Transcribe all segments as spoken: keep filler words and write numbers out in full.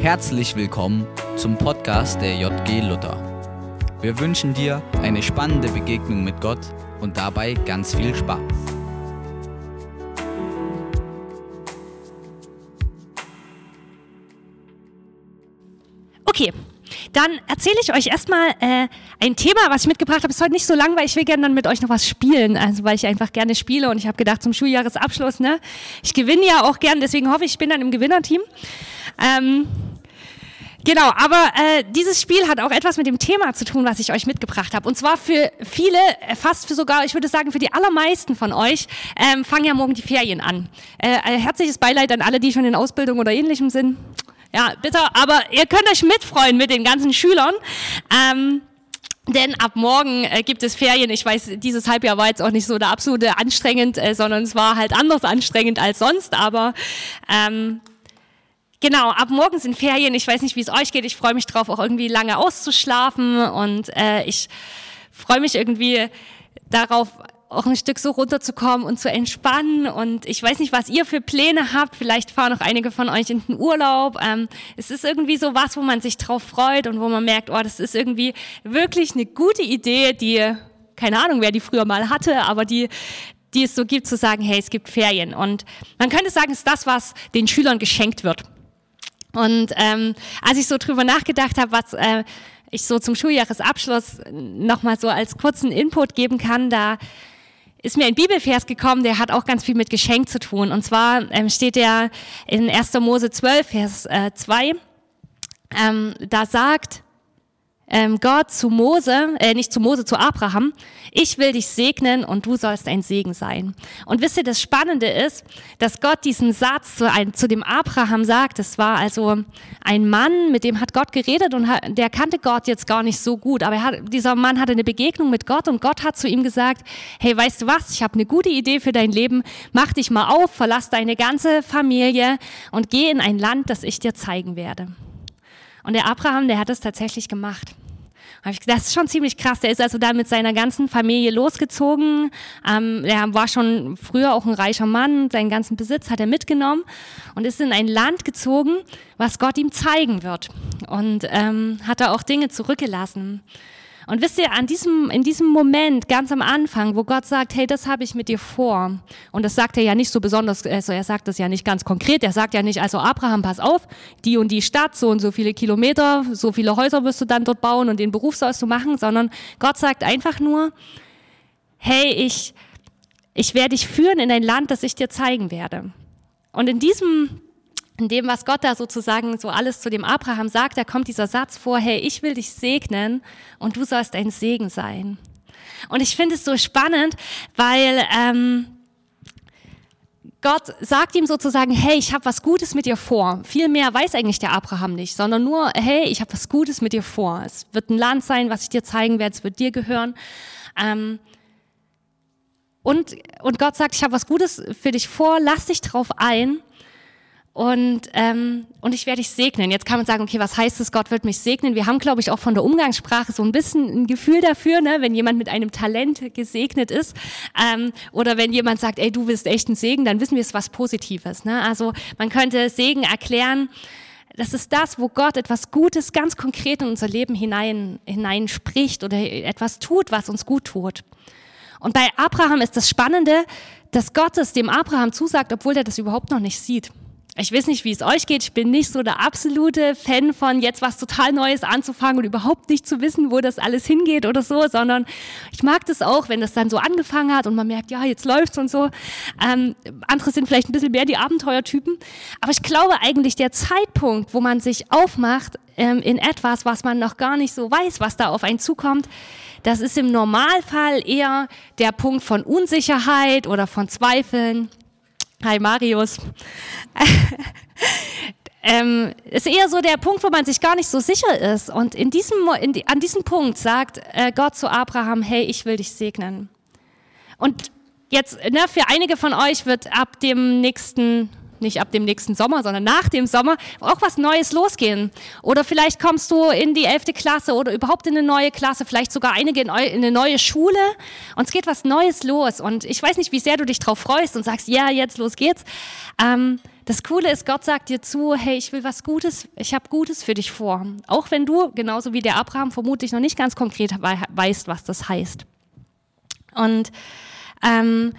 Herzlich willkommen zum Podcast der J G Luther. Wir wünschen dir eine spannende Begegnung mit Gott und dabei ganz viel Spaß. Okay, dann erzähle ich euch erstmal äh, ein Thema, was ich mitgebracht habe. Ist heute nicht so lang, weil ich will gerne dann mit euch noch was spielen, also weil ich einfach gerne spiele und ich habe gedacht zum Schuljahresabschluss, ne, ich gewinne ja auch gern, deswegen hoffe ich, ich bin dann im Gewinnerteam. Ähm, genau, aber äh, dieses Spiel hat auch etwas mit dem Thema zu tun, was ich euch mitgebracht habe. Und zwar für viele, fast für sogar, ich würde sagen für die allermeisten von euch, ähm, fangen ja morgen die Ferien an. Äh, herzliches Beileid an alle, die schon in Ausbildung oder Ähnlichem sind. Ja, bitte, aber ihr könnt euch mitfreuen mit den ganzen Schülern, ähm, denn ab morgen äh, gibt es Ferien. Ich weiß, dieses Halbjahr war jetzt auch nicht so der absolute anstrengend, äh, sondern es war halt anders anstrengend als sonst, aber ähm, genau, ab morgen sind Ferien. Ich weiß nicht, wie es euch geht, ich freue mich drauf, auch irgendwie lange auszuschlafen und äh, ich freue mich irgendwie darauf, auch ein Stück so runterzukommen und zu entspannen. Und ich weiß nicht, was ihr für Pläne habt. Vielleicht fahren noch einige von euch in den Urlaub. Ähm, es ist irgendwie so was, wo man sich drauf freut und wo man merkt, oh, das ist irgendwie wirklich eine gute Idee, die, keine Ahnung, wer die früher mal hatte, aber die, die es so gibt, zu sagen, hey, es gibt Ferien. Und man könnte sagen, es ist das, was den Schülern geschenkt wird. Und ähm, als ich so drüber nachgedacht habe, was äh, ich so zum Schuljahresabschluss nochmal so als kurzen Input geben kann, da ist mir ein Bibelvers gekommen, der hat auch ganz viel mit Geschenk zu tun. Und zwar ähm, steht der in erster Mose zwölf, Vers äh, zwei. Ähm, da sagt ähm, Gott zu Mose, äh, nicht zu Mose, zu Abraham, ich will dich segnen und du sollst ein Segen sein. Und wisst ihr, das Spannende ist, dass Gott diesen Satz zu, ein, zu dem Abraham sagt. Das war also ein Mann, mit dem hat Gott geredet und hat, der kannte Gott jetzt gar nicht so gut. Aber er hat, dieser Mann hatte eine Begegnung mit Gott und Gott hat zu ihm gesagt, hey, weißt du was, ich habe eine gute Idee für dein Leben. Mach dich mal auf, verlass deine ganze Familie und geh in ein Land, das ich dir zeigen werde. Und der Abraham, der hat es tatsächlich gemacht. Das ist schon ziemlich krass. Der ist also da mit seiner ganzen Familie losgezogen. Ähm, er war schon früher auch ein reicher Mann. Seinen ganzen Besitz hat er mitgenommen und ist in ein Land gezogen, was Gott ihm zeigen wird. Und ähm, hat da auch Dinge zurückgelassen. Und wisst ihr, an diesem, in diesem Moment, ganz am Anfang, wo Gott sagt, hey, das habe ich mit dir vor. Und das sagt er ja nicht so besonders, also er sagt das ja nicht ganz konkret. Er sagt ja nicht, also Abraham, pass auf, die und die Stadt, so und so viele Kilometer, so viele Häuser wirst du dann dort bauen und den Beruf sollst du machen, sondern Gott sagt einfach nur, hey, ich, ich werde dich führen in ein Land, das ich dir zeigen werde. Und in diesem In dem, was Gott da sozusagen so alles zu dem Abraham sagt, da kommt dieser Satz vor, hey, ich will dich segnen und du sollst ein Segen sein. Und ich finde es so spannend, weil ähm, Gott sagt ihm sozusagen, hey, ich habe was Gutes mit dir vor. Viel mehr weiß eigentlich der Abraham nicht, sondern nur, hey, ich habe was Gutes mit dir vor. Es wird ein Land sein, was ich dir zeigen werde, es wird dir gehören. Ähm, und, und Gott sagt, ich habe was Gutes für dich vor, lass dich drauf ein. Und, ähm, und ich werde dich segnen. Jetzt kann man sagen, okay, was heißt es, Gott wird mich segnen? Wir haben, glaube ich, auch von der Umgangssprache so ein bisschen ein Gefühl dafür, ne, wenn jemand mit einem Talent gesegnet ist ähm, oder wenn jemand sagt, ey, du bist echt ein Segen, dann wissen wir, es ist was Positives. Ne? Also man könnte Segen erklären, das ist das, wo Gott etwas Gutes ganz konkret in unser Leben hinein, hineinspricht oder etwas tut, was uns gut tut. Und bei Abraham ist das Spannende, dass Gott es dem Abraham zusagt, obwohl er das überhaupt noch nicht sieht. Ich weiß nicht, wie es euch geht. Ich bin nicht so der absolute Fan von jetzt was total Neues anzufangen und überhaupt nicht zu wissen, wo das alles hingeht oder so, sondern ich mag das auch, wenn das dann so angefangen hat und man merkt, ja, jetzt läuft's und so. Ähm, andere sind vielleicht ein bisschen mehr die Abenteuertypen. Aber ich glaube eigentlich, der Zeitpunkt, wo man sich aufmacht ähm, in etwas, was man noch gar nicht so weiß, was da auf einen zukommt, das ist im Normalfall eher der Punkt von Unsicherheit oder von Zweifeln. Hi Marius. ähm, ist eher so der Punkt, wo man sich gar nicht so sicher ist. Und in diesem, in die, an diesem Punkt sagt äh, Gott zu Abraham, hey, ich will dich segnen. Und jetzt, ne, für einige von euch wird ab dem nächsten, nicht ab dem nächsten Sommer, sondern nach dem Sommer auch was Neues losgehen. Oder vielleicht kommst du in die elfte Klasse oder überhaupt in eine neue Klasse, vielleicht sogar einige in, in eine neue Schule und es geht was Neues los. Und ich weiß nicht, wie sehr du dich drauf freust und sagst, ja, jetzt los geht's. Ähm, das Coole ist, Gott sagt dir zu, hey, ich will was Gutes, ich habe Gutes für dich vor. Auch wenn du, genauso wie der Abraham, vermutlich noch nicht ganz konkret weißt, was das heißt. Und ähm,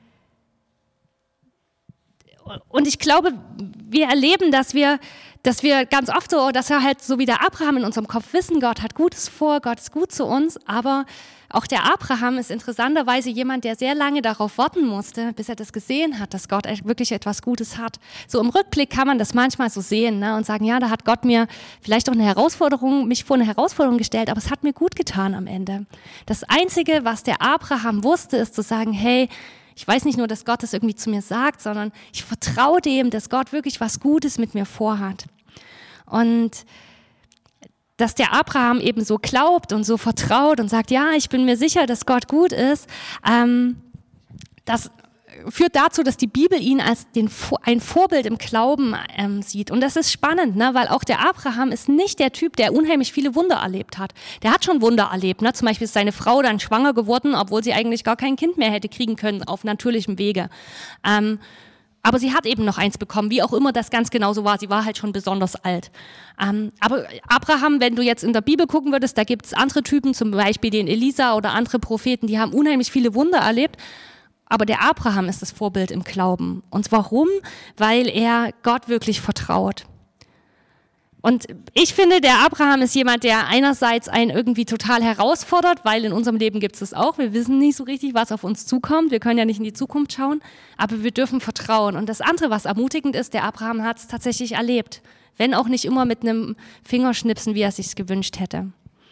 Und ich glaube, wir erleben, dass wir, dass wir ganz oft so, dass wir halt so wie der Abraham in unserem Kopf wissen, Gott hat Gutes vor, Gott ist gut zu uns, aber auch der Abraham ist interessanterweise jemand, der sehr lange darauf warten musste, bis er das gesehen hat, dass Gott wirklich etwas Gutes hat. So im Rückblick kann man das manchmal so sehen, ne, und sagen, ja, da hat Gott mir vielleicht auch eine Herausforderung, mich vor eine Herausforderung gestellt, aber es hat mir gut getan am Ende. Das Einzige, was der Abraham wusste, ist zu sagen, hey, ich weiß nicht nur, dass Gott das irgendwie zu mir sagt, sondern ich vertraue dem, dass Gott wirklich was Gutes mit mir vorhat. Und dass der Abraham eben so glaubt und so vertraut und sagt, ja, ich bin mir sicher, dass Gott gut ist, ähm, das führt dazu, dass die Bibel ihn als den, ein Vorbild im Glauben ähm, sieht. Und das ist spannend, ne? Weil auch der Abraham ist nicht der Typ, der unheimlich viele Wunder erlebt hat. Der hat schon Wunder erlebt. Ne? Zum Beispiel ist seine Frau dann schwanger geworden, obwohl sie eigentlich gar kein Kind mehr hätte kriegen können auf natürlichem Wege. Ähm, aber sie hat eben noch eins bekommen, wie auch immer das ganz genau so war. Sie war halt schon besonders alt. Ähm, aber Abraham, wenn du jetzt in der Bibel gucken würdest, da gibt es andere Typen, zum Beispiel den Elisa oder andere Propheten, die haben unheimlich viele Wunder erlebt. Aber der Abraham ist das Vorbild im Glauben. Und warum? Weil er Gott wirklich vertraut. Und ich finde, der Abraham ist jemand, der einerseits einen irgendwie total herausfordert, weil in unserem Leben gibt es das auch. Wir wissen nicht so richtig, was auf uns zukommt. Wir können ja nicht in die Zukunft schauen, aber wir dürfen vertrauen. Und das andere, was ermutigend ist, der Abraham hat es tatsächlich erlebt. Wenn auch nicht immer mit einem Fingerschnipsen, wie er es sich gewünscht hätte.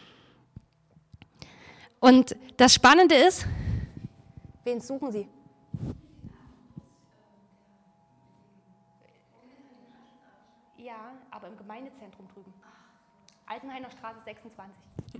Und das Spannende ist, wen suchen Sie? Ja, aber im Gemeindezentrum drüben. Altenhainer Straße sechsundzwanzig.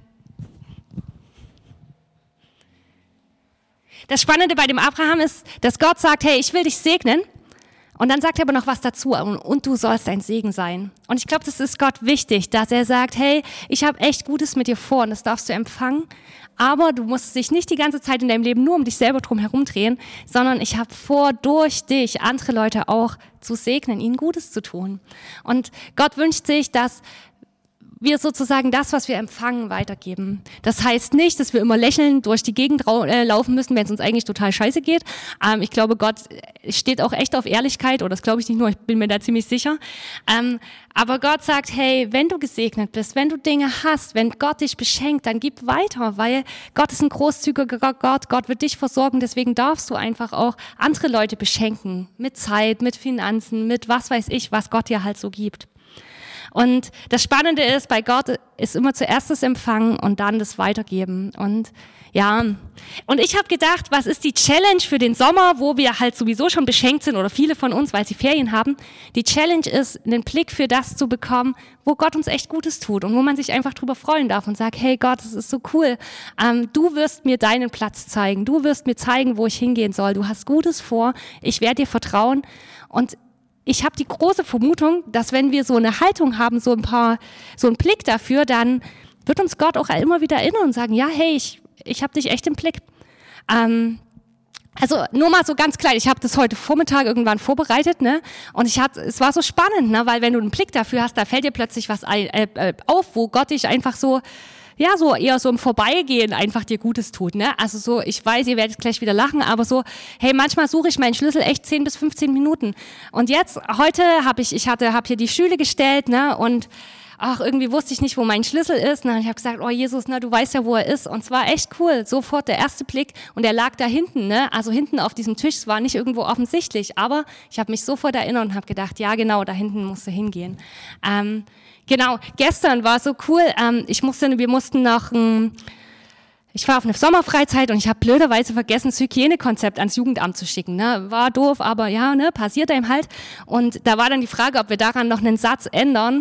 Das Spannende bei dem Abraham ist, dass Gott sagt, hey, ich will dich segnen. Und dann sagt er aber noch was dazu, und du sollst ein Segen sein. Und ich glaube, das ist Gott wichtig, dass er sagt, hey, ich habe echt Gutes mit dir vor und das darfst du empfangen. Aber du musst dich nicht die ganze Zeit in deinem Leben nur um dich selber drum herum drehen, sondern ich habe vor, durch dich andere Leute auch zu segnen, ihnen Gutes zu tun. Und Gott wünscht sich, dass wir sozusagen das, was wir empfangen, weitergeben. Das heißt nicht, dass wir immer lächelnd durch die Gegend äh, laufen müssen, wenn es uns eigentlich total scheiße geht. Ähm, ich glaube, Gott steht auch echt auf Ehrlichkeit, oder das glaube ich nicht nur, ich bin mir da ziemlich sicher. Ähm, aber Gott sagt, hey, wenn du gesegnet bist, wenn du Dinge hast, wenn Gott dich beschenkt, dann gib weiter, weil Gott ist ein großzügiger Gott, Gott wird dich versorgen, deswegen darfst du einfach auch andere Leute beschenken, mit Zeit, mit Finanzen, mit was weiß ich, was Gott dir halt so gibt. Und das Spannende ist, bei Gott ist immer zuerst das Empfangen und dann das Weitergeben. Und ja, und ich habe gedacht, was ist die Challenge für den Sommer, wo wir halt sowieso schon beschenkt sind oder viele von uns, weil sie Ferien haben. Die Challenge ist, einen Blick für das zu bekommen, wo Gott uns echt Gutes tut und wo man sich einfach drüber freuen darf und sagt, hey Gott, das ist so cool. Ähm, du wirst mir deinen Platz zeigen. Du wirst mir zeigen, wo ich hingehen soll. Du hast Gutes vor. Ich werde dir vertrauen. Und ich habe die große Vermutung, dass wenn wir so eine Haltung haben, so ein paar, so einen Blick dafür, dann wird uns Gott auch immer wieder erinnern und sagen, ja, hey, ich, ich habe dich echt im Blick. Ähm, also nur mal so ganz klein, ich habe das heute Vormittag irgendwann vorbereitet, ne? Und ich hatte, es war so spannend, ne? Weil wenn du einen Blick dafür hast, da fällt dir plötzlich was ein, äh, äh, auf, wo Gott dich einfach so, ja, so eher so im Vorbeigehen einfach dir Gutes tut, ne? Also so, ich weiß, ihr werdet gleich wieder lachen, aber so, hey, manchmal suche ich meinen Schlüssel echt zehn bis fünfzehn Minuten. Und jetzt, heute habe ich, ich hatte, habe hier die Stühle gestellt, ne? Und ach, irgendwie wusste ich nicht, wo mein Schlüssel ist. Und ich habe gesagt, oh Jesus, ne, du weißt ja, wo er ist. Und es war echt cool. Sofort der erste Blick. Und er lag da hinten, ne? Also hinten auf diesem Tisch. Es war nicht irgendwo offensichtlich. Aber ich habe mich sofort erinnert und habe gedacht, ja genau, da hinten musst du hingehen. Ähm, genau, gestern war so cool. Ähm, ich musste, wir mussten noch... Ähm, Ich war auf eine Sommerfreizeit und ich habe blöderweise vergessen, das Hygienekonzept ans Jugendamt zu schicken. Ne? War doof, aber ja, ne, passiert einem halt. Und da war dann die Frage, ob wir daran noch einen Satz ändern,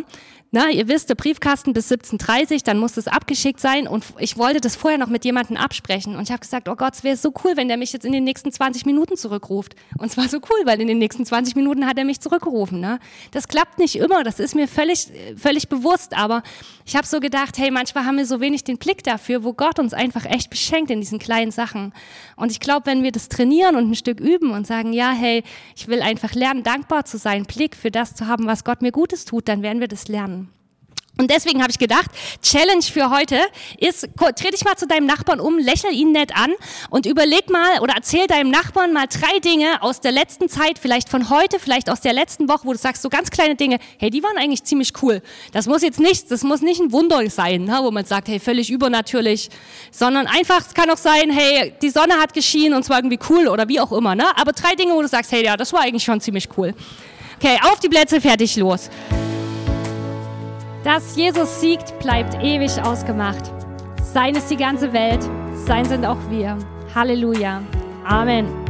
Na, ihr wisst, der Briefkasten bis siebzehn Uhr dreißig, dann muss es abgeschickt sein und ich wollte das vorher noch mit jemandem absprechen und ich habe gesagt, oh Gott, es wäre so cool, wenn der mich jetzt in den nächsten zwanzig Minuten zurückruft. Und es war so cool, weil in den nächsten zwanzig Minuten hat er mich zurückgerufen. Ne? Das klappt nicht immer, das ist mir völlig, völlig bewusst, aber ich habe so gedacht, hey, manchmal haben wir so wenig den Blick dafür, wo Gott uns einfach echt beschenkt in diesen kleinen Sachen. Und ich glaube, wenn wir das trainieren und ein Stück üben und sagen, ja, hey, ich will einfach lernen, dankbar zu sein, Blick für das zu haben, was Gott mir Gutes tut, dann werden wir das lernen. Und deswegen habe ich gedacht, Challenge für heute ist, dreh dich mal zu deinem Nachbarn um, lächel ihn nett an und überleg mal oder erzähl deinem Nachbarn mal drei Dinge aus der letzten Zeit, vielleicht von heute, vielleicht aus der letzten Woche, wo du sagst, so ganz kleine Dinge, hey, die waren eigentlich ziemlich cool. Das muss jetzt nichts, das muss nicht ein Wunder sein, ne, wo man sagt, hey, völlig übernatürlich, sondern einfach, es kann auch sein, hey, die Sonne hat geschienen und es war irgendwie cool oder wie auch immer, ne? Aber drei Dinge, wo du sagst, hey, ja, das war eigentlich schon ziemlich cool. Okay, auf die Plätze, fertig, los. Dass Jesus siegt, bleibt ewig ausgemacht. Sein ist die ganze Welt, sein sind auch wir. Halleluja. Amen.